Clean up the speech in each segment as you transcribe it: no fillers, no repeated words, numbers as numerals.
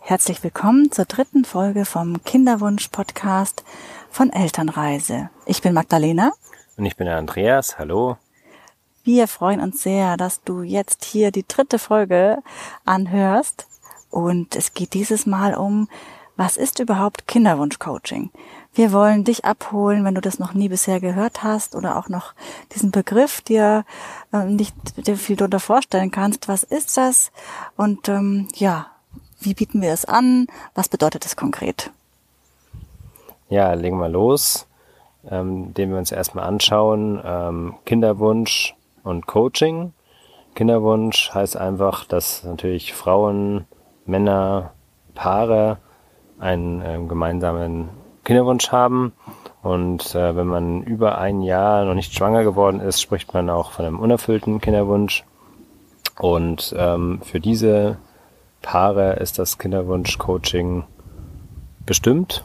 Herzlich willkommen zur 3. Folge vom Kinderwunsch-Podcast von Elternreise. Ich bin Magdalena. Und ich bin der Andreas. Hallo. Wir freuen uns sehr, dass du jetzt hier die 3. Folge anhörst. Und es geht dieses Mal um, was ist überhaupt Kinderwunsch-Coaching? Wir wollen dich abholen, wenn du das noch nie bisher gehört hast oder auch noch diesen Begriff dir nicht viel darunter vorstellen kannst. Was ist das? Und wie bieten wir es an? Was bedeutet es konkret? Ja, legen wir los, indem wir uns erstmal anschauen, Kinderwunsch und Coaching. Kinderwunsch heißt einfach, dass natürlich Frauen, Männer, Paare einen gemeinsamen Kinderwunsch haben. Und wenn man über ein Jahr noch nicht schwanger geworden ist, spricht man auch von einem unerfüllten Kinderwunsch. Und für diese Paare ist das Kinderwunsch-Coaching bestimmt.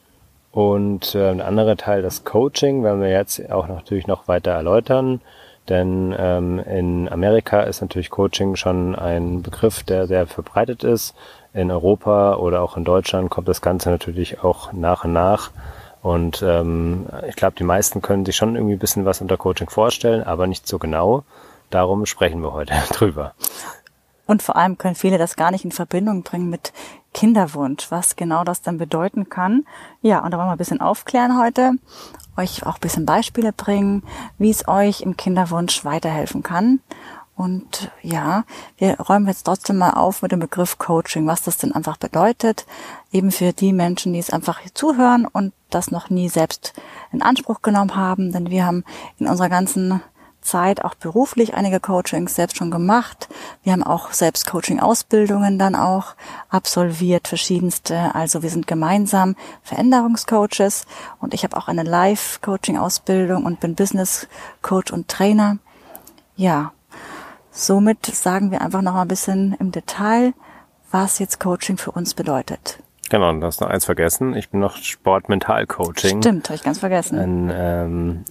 Und ein anderer Teil, das Coaching, werden wir jetzt auch natürlich noch weiter erläutern. Denn in Amerika ist natürlich Coaching schon ein Begriff, der sehr verbreitet ist. In Europa oder auch in Deutschland kommt das Ganze natürlich auch nach und nach. Und ich glaube, die meisten können sich schon irgendwie ein bisschen was unter Coaching vorstellen, aber nicht so genau. Darum sprechen wir heute drüber. Und vor allem können viele das gar nicht in Verbindung bringen mit Kinderwunsch, was genau das dann bedeuten kann. Ja, und da wollen wir ein bisschen aufklären heute, euch auch ein bisschen Beispiele bringen, wie es euch im Kinderwunsch weiterhelfen kann. Und ja, wir räumen jetzt trotzdem mal auf mit dem Begriff Coaching, was das denn einfach bedeutet, eben für die Menschen, die es einfach zuhören und das noch nie selbst in Anspruch genommen haben, denn wir haben in unserer ganzen Zeit auch beruflich einige Coachings selbst schon gemacht. Wir haben auch selbst Coaching-Ausbildungen dann auch absolviert, verschiedenste. Also wir sind gemeinsam Veränderungscoaches und ich habe auch eine Live-Coaching-Ausbildung und bin Business-Coach und Trainer. Ja, somit sagen wir einfach noch ein bisschen im Detail, was jetzt Coaching für uns bedeutet. Genau, du hast noch eins vergessen. Ich bin noch Sport-Mental-Coaching. Stimmt, habe ich ganz vergessen.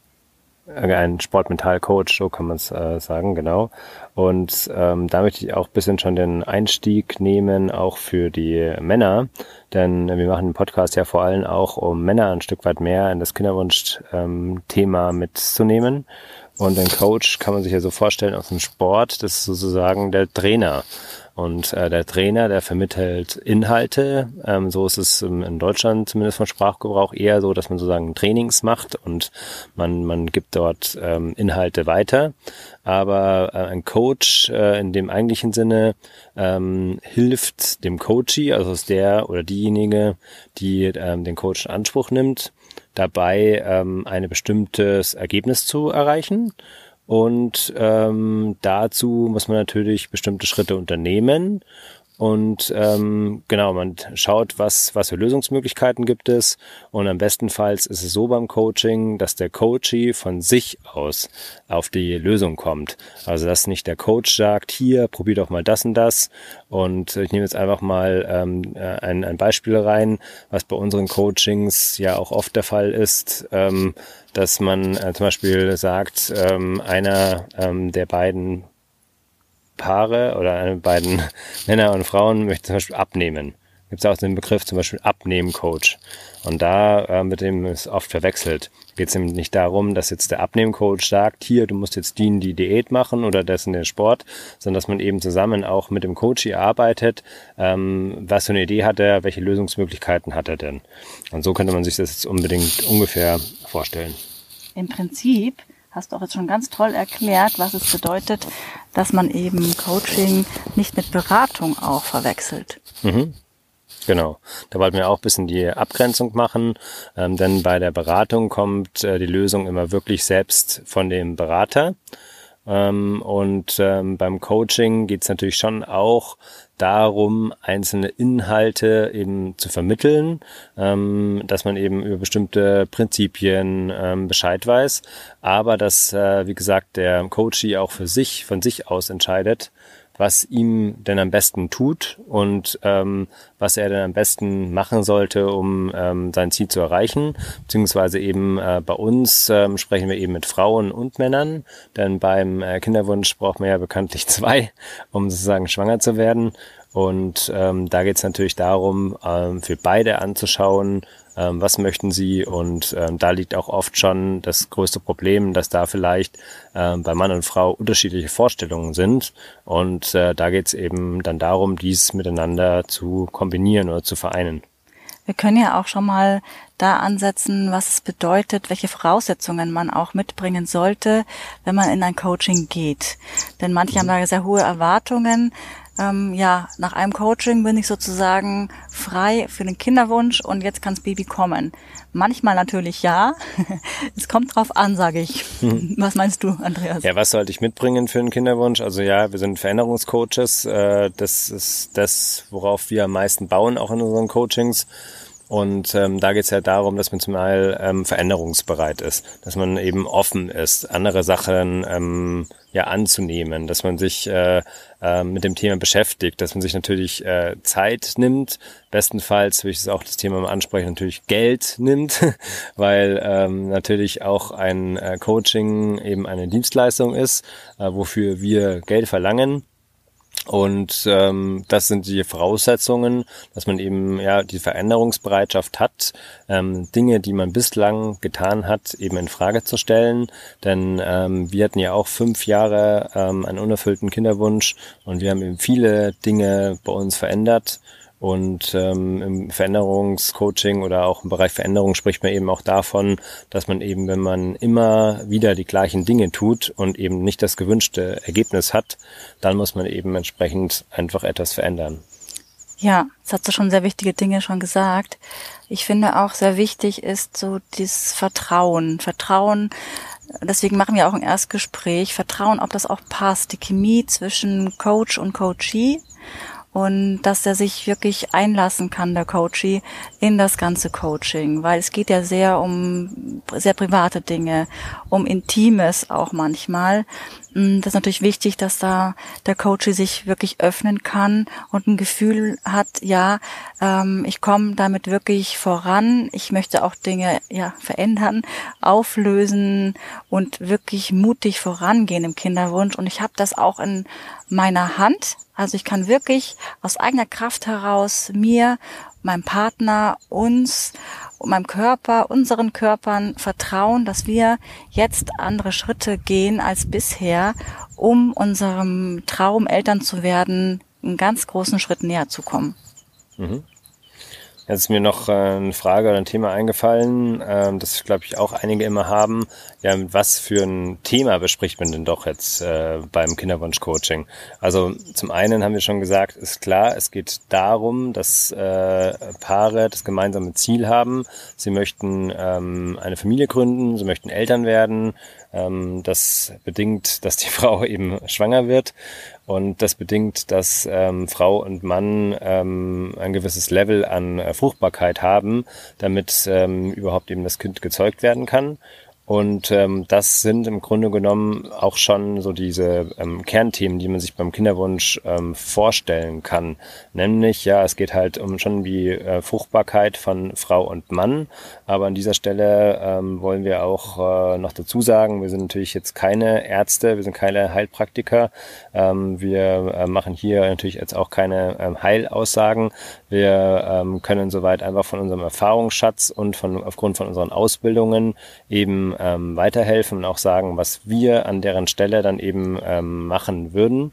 Ein Sport-Mental-Coach, so kann man es sagen, genau. Und da möchte ich auch ein bisschen schon den Einstieg nehmen, auch für die Männer, denn wir machen den Podcast ja vor allem auch, um Männer ein Stück weit mehr in das Kinderwunsch-Thema mitzunehmen. Und ein Coach kann man sich ja so vorstellen aus dem Sport, das ist sozusagen der Trainer. Und der Trainer, der vermittelt Inhalte. So ist es in Deutschland zumindest vom Sprachgebrauch eher so, dass man sozusagen Trainings macht und man gibt dort Inhalte weiter. Aber ein Coach in dem eigentlichen Sinne hilft dem Coachee, also ist der oder diejenige, die den Coach in Anspruch nimmt, dabei ein bestimmtes Ergebnis zu erreichen. Und dazu muss man natürlich bestimmte Schritte unternehmen und man schaut, was für Lösungsmöglichkeiten gibt es, und am bestenfalls ist es so beim Coaching, dass der Coachee von sich aus auf die Lösung kommt. Also dass nicht der Coach sagt, hier, probier doch mal das und das, und ich nehme jetzt einfach mal ein Beispiel rein, was bei unseren Coachings ja auch oft der Fall ist, dass man zum Beispiel sagt, einer der beiden Paare oder eine beiden Männer und Frauen möchten zum Beispiel abnehmen. Gibt es auch den Begriff zum Beispiel Abnehmen-Coach. Und da mit dem ist oft verwechselt. Geht es nämlich nicht darum, dass jetzt der Abnehmen-Coach sagt, hier, du musst jetzt die Diät machen oder das in den Sport, sondern dass man eben zusammen auch mit dem Coach hier arbeitet, was für eine Idee hat er, welche Lösungsmöglichkeiten hat er denn. Und so könnte man sich das jetzt ungefähr vorstellen. Im Prinzip hast du auch jetzt schon ganz toll erklärt, was es bedeutet, dass man eben Coaching nicht mit Beratung auch verwechselt. Genau, da wollten wir auch ein bisschen die Abgrenzung machen, denn bei der Beratung kommt die Lösung immer wirklich selbst von dem Berater. Und beim Coaching geht es natürlich schon auch darum, einzelne Inhalte eben zu vermitteln, dass man eben über bestimmte Prinzipien Bescheid weiß, aber dass, wie gesagt, der Coachee auch von sich aus entscheidet, was ihm denn am besten tut und was er denn am besten machen sollte, um sein Ziel zu erreichen. Beziehungsweise eben bei uns sprechen wir eben mit Frauen und Männern, denn beim Kinderwunsch braucht man ja bekanntlich 2, um sozusagen schwanger zu werden. Und da geht es natürlich darum, für beide anzuschauen, was möchten sie, und da liegt auch oft schon das größte Problem, dass da vielleicht bei Mann und Frau unterschiedliche Vorstellungen sind, und da geht es eben dann darum, dies miteinander zu kombinieren oder zu vereinen. Wir können ja auch schon mal da ansetzen, was es bedeutet, welche Voraussetzungen man auch mitbringen sollte, wenn man in ein Coaching geht. Denn manche haben da sehr hohe Erwartungen. Nach einem Coaching bin ich sozusagen frei für den Kinderwunsch und jetzt kann das Baby kommen. Manchmal natürlich ja. Es kommt drauf an, sage ich. Was meinst du, Andreas? Ja, was sollte ich mitbringen für einen Kinderwunsch? Also ja, wir sind Veränderungscoaches. Das ist das, worauf wir am meisten bauen, auch in unseren Coachings. Und da geht es ja darum, dass man zum Teil veränderungsbereit ist, dass man eben offen ist, andere Sachen anzunehmen, dass man sich mit dem Thema beschäftigt, dass man sich natürlich Zeit nimmt, bestenfalls, will ich es auch das Thema mal ansprechen, natürlich Geld nimmt, weil natürlich auch ein Coaching eben eine Dienstleistung ist, wofür wir Geld verlangen. Und das sind die Voraussetzungen, dass man eben die Veränderungsbereitschaft hat, Dinge, die man bislang getan hat, eben in Frage zu stellen. Denn wir hatten ja auch 5 Jahre einen unerfüllten Kinderwunsch, und wir haben eben viele Dinge bei uns verändert. Und im Veränderungscoaching oder auch im Bereich Veränderung spricht man eben auch davon, dass man eben, wenn man immer wieder die gleichen Dinge tut und eben nicht das gewünschte Ergebnis hat, dann muss man eben entsprechend einfach etwas verändern. Ja, das hast du schon sehr wichtige Dinge schon gesagt. Ich finde auch sehr wichtig ist so dieses Vertrauen. Deswegen machen wir auch ein Erstgespräch. Vertrauen, ob das auch passt. Die Chemie zwischen Coach und Coachee. Und dass er sich wirklich einlassen kann, der Coachee, in das ganze Coaching. Weil es geht ja sehr um sehr private Dinge, um Intimes auch manchmal. Das ist natürlich wichtig, dass da der Coachee sich wirklich öffnen kann und ein Gefühl hat, ich komme damit wirklich voran. Ich möchte auch Dinge verändern, auflösen und wirklich mutig vorangehen im Kinderwunsch. Und ich habe das auch in meiner Hand. Also ich kann wirklich aus eigener Kraft heraus mir, meinem Partner, uns, meinem Körper, unseren Körpern vertrauen, dass wir jetzt andere Schritte gehen als bisher, um unserem Traum, Eltern zu werden, einen ganz großen Schritt näher zu kommen. Mhm. Jetzt ist mir noch eine Frage oder ein Thema eingefallen, das, glaube ich, auch einige immer haben. Ja, mit was für ein Thema bespricht man denn doch jetzt beim Kinderwunsch-Coaching? Also zum einen haben wir schon gesagt, ist klar, es geht darum, dass Paare das gemeinsame Ziel haben. Sie möchten eine Familie gründen, sie möchten Eltern werden. Das bedingt, dass die Frau eben schwanger wird. Und das bedingt, dass Frau und Mann ein gewisses Level an Fruchtbarkeit haben, damit überhaupt eben das Kind gezeugt werden kann. Und das sind im Grunde genommen auch schon so diese Kernthemen, die man sich beim Kinderwunsch vorstellen kann. Nämlich, es geht halt um schon die Fruchtbarkeit von Frau und Mann. Aber an dieser Stelle wollen wir auch noch dazu sagen, wir sind natürlich jetzt keine Ärzte, wir sind keine Heilpraktiker. Wir machen hier natürlich jetzt auch keine Heilaussagen. Wir können soweit einfach von unserem Erfahrungsschatz und aufgrund von unseren Ausbildungen eben weiterhelfen und auch sagen, was wir an deren Stelle dann eben machen würden.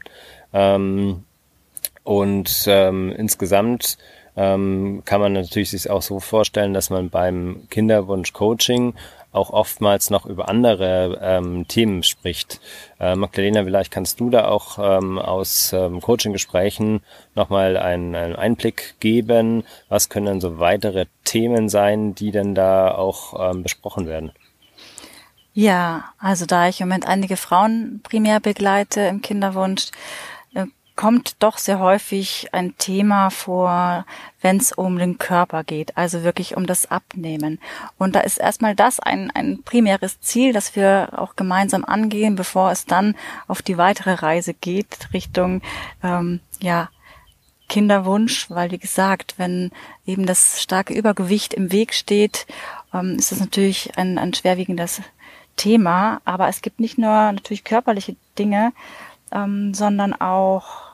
Insgesamt kann man natürlich sich auch so vorstellen, dass man beim Kinderwunsch-Coaching auch oftmals noch über andere Themen spricht. Magdalena, vielleicht kannst du da auch aus Coaching-Gesprächen nochmal einen Einblick geben. Was können denn so weitere Themen sein, die denn da auch besprochen werden? Ja, also da ich im Moment einige Frauen primär begleite im Kinderwunsch, kommt doch sehr häufig ein Thema vor, wenn es um den Körper geht, also wirklich um das Abnehmen. Und da ist erstmal das ein primäres Ziel, das wir auch gemeinsam angehen, bevor es dann auf die weitere Reise geht, Richtung Kinderwunsch, weil wie gesagt, wenn eben das starke Übergewicht im Weg steht, ist das natürlich ein schwerwiegendes Thema, aber es gibt nicht nur natürlich körperliche Dinge, sondern auch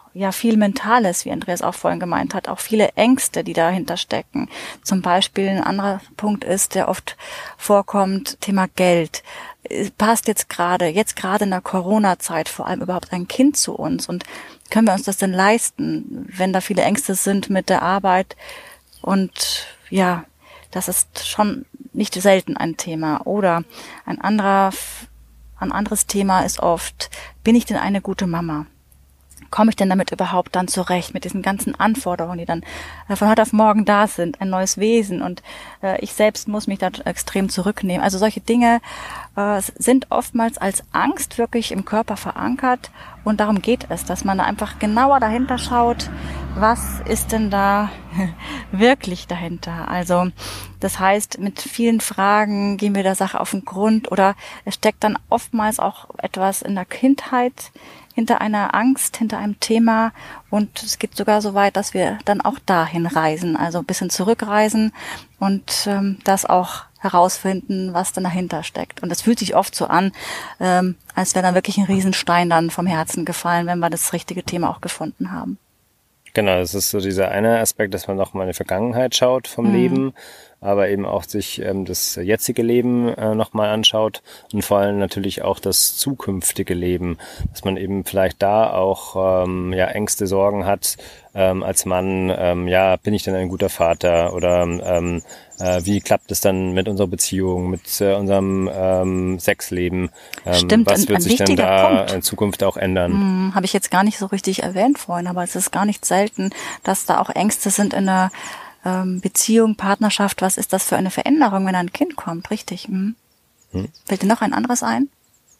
ja viel Mentales, wie Andreas auch vorhin gemeint hat, auch viele Ängste, die dahinter stecken. Zum Beispiel ein anderer Punkt ist, der oft vorkommt, Thema Geld. Passt jetzt gerade in der Corona-Zeit vor allem überhaupt ein Kind zu uns? Und können wir uns das denn leisten, wenn da viele Ängste sind mit der Arbeit? Und ja, das ist schon nicht selten ein Thema. Oder ein anderes Thema ist oft, bin ich denn eine gute Mama? Komme ich denn damit überhaupt dann zurecht, mit diesen ganzen Anforderungen, die dann von heute auf morgen da sind, ein neues Wesen, und ich selbst muss mich da extrem zurücknehmen. Also solche Dinge sind oftmals als Angst wirklich im Körper verankert, und darum geht es, dass man da einfach genauer dahinter schaut, was ist denn da wirklich dahinter. Also das heißt, mit vielen Fragen gehen wir der Sache auf den Grund, oder es steckt dann oftmals auch etwas in der Kindheit hinter einer Angst, hinter einem Thema, und es geht sogar so weit, dass wir dann auch dahin reisen, also ein bisschen zurückreisen und das auch herausfinden, was dann dahinter steckt. Und es fühlt sich oft so an, als wäre dann wirklich ein Riesenstein dann vom Herzen gefallen, wenn wir das richtige Thema auch gefunden haben. Genau, das ist so dieser eine Aspekt, dass man noch mal in die Vergangenheit schaut vom Leben, aber eben auch sich das jetzige Leben nochmal anschaut und vor allem natürlich auch das zukünftige Leben, dass man eben vielleicht da auch Ängste, Sorgen hat als Mann, bin ich denn ein guter Vater, oder wie klappt es dann mit unserer Beziehung, mit unserem Sexleben? Stimmt, was wird sich denn da Punkt in Zukunft auch ändern? Habe ich jetzt gar nicht so richtig erwähnt vorhin, aber es ist gar nicht selten, dass da auch Ängste sind in der Beziehung, Partnerschaft. Was ist das für eine Veränderung, wenn ein Kind kommt? Richtig. Fällt dir noch ein anderes ein?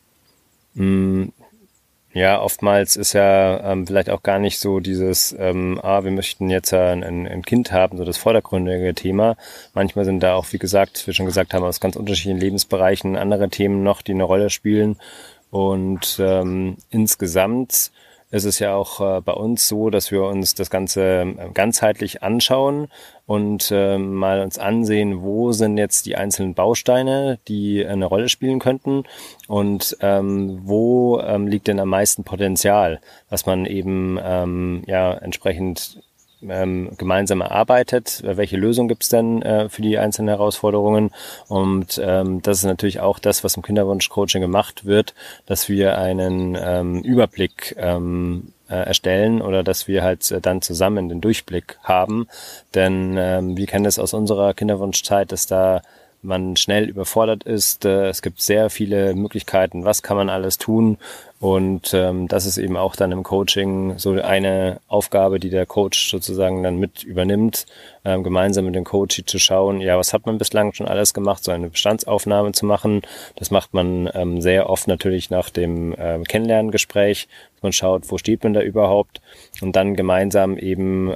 Ja, oftmals ist ja vielleicht auch gar nicht so dieses, wir möchten jetzt ein Kind haben, so das vordergründige Thema. Manchmal sind da auch, wie gesagt, wir schon gesagt haben, aus ganz unterschiedlichen Lebensbereichen andere Themen noch, die eine Rolle spielen. Und insgesamt ist es ja auch bei uns so, dass wir uns das Ganze ganzheitlich anschauen und mal uns ansehen, wo sind jetzt die einzelnen Bausteine, die eine Rolle spielen könnten, und wo liegt denn am meisten Potenzial, dass man eben entsprechend gemeinsam erarbeitet, welche Lösung gibt's denn für die einzelnen Herausforderungen, und das ist natürlich auch das, was im Kinderwunsch-Coaching gemacht wird, dass wir einen Überblick erstellen, oder dass wir halt dann zusammen den Durchblick haben, denn wir kennen das aus unserer Kinderwunschzeit, dass da man schnell überfordert ist. Es gibt sehr viele Möglichkeiten, was kann man alles tun, und das ist eben auch dann im Coaching so eine Aufgabe, die der Coach sozusagen dann mit übernimmt, gemeinsam mit dem Coach zu schauen, ja, was hat man bislang schon alles gemacht, so eine Bestandsaufnahme zu machen. Das macht man sehr oft natürlich nach dem Kennenlerngespräch. Man schaut, wo steht man da überhaupt, und dann gemeinsam eben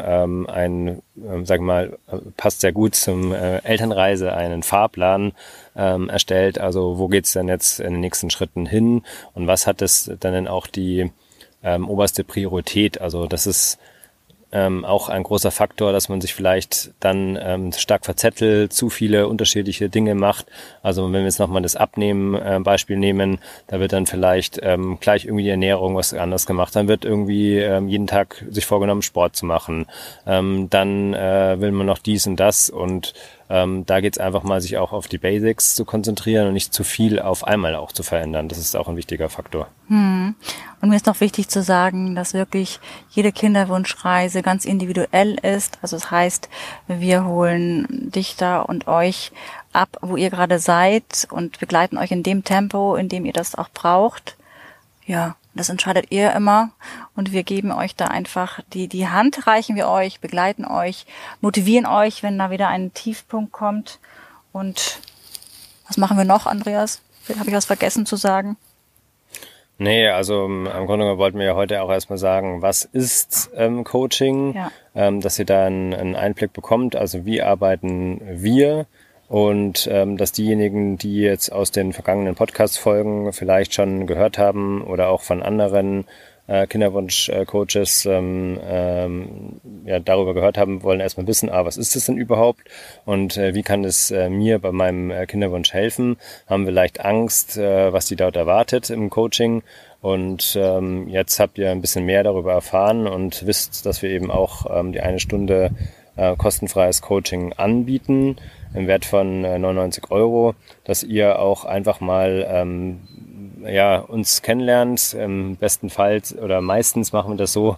passt sehr gut zum Elternreise, einen Fahrplan erstellt. Also wo geht's denn jetzt in den nächsten Schritten hin, und was hat es dann denn auch die oberste Priorität? Also das ist auch ein großer Faktor, dass man sich vielleicht dann stark verzettelt, zu viele unterschiedliche Dinge macht. Also wenn wir jetzt nochmal das Abnehmen Beispiel nehmen, da wird dann vielleicht gleich irgendwie die Ernährung was anderes gemacht. Dann wird irgendwie jeden Tag sich vorgenommen, Sport zu machen. Dann will man noch dies und das, und da geht's einfach mal, sich auch auf die Basics zu konzentrieren und nicht zu viel auf einmal auch zu verändern. Das ist auch ein wichtiger Faktor. Und mir ist noch wichtig zu sagen, dass wirklich jede Kinderwunschreise ganz individuell ist. Also das heißt, wir holen dich da und euch ab, wo ihr gerade seid, und begleiten euch in dem Tempo, in dem ihr das auch braucht. Ja, das entscheidet ihr immer, und wir geben euch da einfach die Hand, reichen wir euch, begleiten euch, motivieren euch, wenn da wieder ein Tiefpunkt kommt. Und was machen wir noch, Andreas? Habe ich was vergessen zu sagen? Nee, also im Grunde genommen wollten wir ja heute auch erstmal sagen, was ist Coaching, dass ihr da einen Einblick bekommt, also wie arbeiten wir, und dass diejenigen, die jetzt aus den vergangenen Podcast-Folgen vielleicht schon gehört haben oder auch von anderen Kinderwunsch-Coaches darüber gehört haben, wollen erstmal wissen, was ist das denn überhaupt, und wie kann es mir bei meinem Kinderwunsch helfen, haben vielleicht Angst, was die dort erwartet im Coaching, Und jetzt habt ihr ein bisschen mehr darüber erfahren und wisst, dass wir eben auch die 1 Stunde kostenfreies Coaching anbieten im Wert von 99 €, dass ihr auch einfach mal uns kennenlernt. Im besten Fall oder meistens machen wir das so,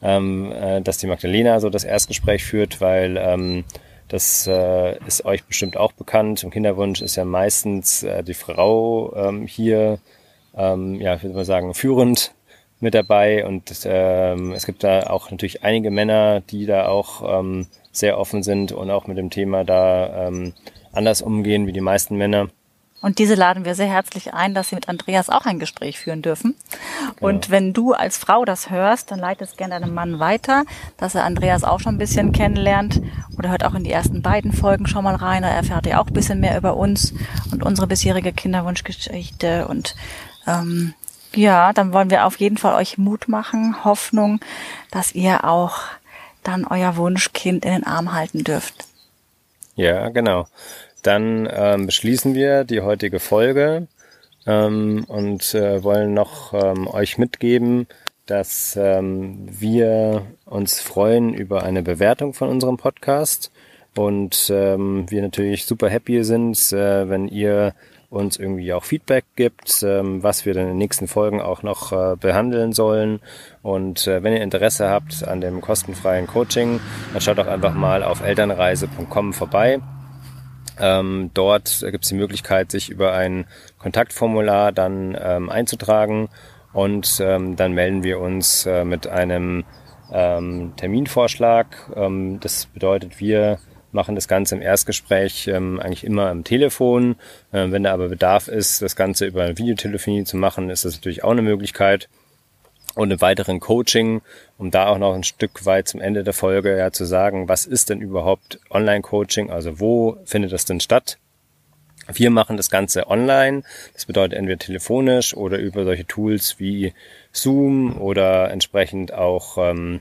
dass die Magdalena so das Erstgespräch führt, weil das ist euch bestimmt auch bekannt. Im Kinderwunsch ist ja meistens die Frau hier, ich würde mal sagen, führend mit dabei. Und es gibt da auch natürlich einige Männer, die da auch sehr offen sind und auch mit dem Thema da anders umgehen wie die meisten Männer. Und diese laden wir sehr herzlich ein, dass sie mit Andreas auch ein Gespräch führen dürfen. Genau. Und wenn du als Frau das hörst, dann leite es gerne deinem Mann weiter, dass er Andreas auch schon ein bisschen kennenlernt. Oder hört auch in die ersten beiden Folgen schon mal rein. Da erfährt ihr auch ein bisschen mehr über uns und unsere bisherige Kinderwunschgeschichte. Und dann wollen wir auf jeden Fall euch Mut machen, Hoffnung, dass ihr auch dann euer Wunschkind in den Arm halten dürft. Ja, genau. Dann beschließen wir die heutige Folge und wollen noch euch mitgeben, dass wir uns freuen über eine Bewertung von unserem Podcast und wir natürlich super happy sind, wenn ihr uns irgendwie auch Feedback gibt, was wir dann in den nächsten Folgen auch noch behandeln sollen. Und wenn ihr Interesse habt an dem kostenfreien Coaching, dann schaut doch einfach mal auf elternreise.com vorbei. Dort gibt es die Möglichkeit, sich über ein Kontaktformular dann einzutragen und dann melden wir uns mit einem Terminvorschlag. Das bedeutet, wir machen das Ganze im Erstgespräch eigentlich immer am Telefon. Wenn da aber Bedarf ist, das Ganze über Videotelefonie zu machen, ist das natürlich auch eine Möglichkeit. Und im weiteren Coaching, um da auch noch ein Stück weit zum Ende der Folge zu sagen, was ist denn überhaupt Online-Coaching, also wo findet das denn statt? Wir machen das Ganze online, das bedeutet entweder telefonisch oder über solche Tools wie Zoom oder entsprechend auch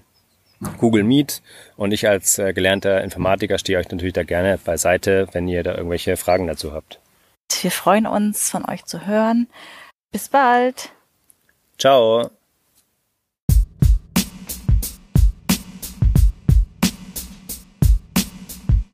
Google Meet. Und ich als gelernter Informatiker stehe euch natürlich da gerne beiseite, wenn ihr da irgendwelche Fragen dazu habt. Wir freuen uns, von euch zu hören. Bis bald. Ciao.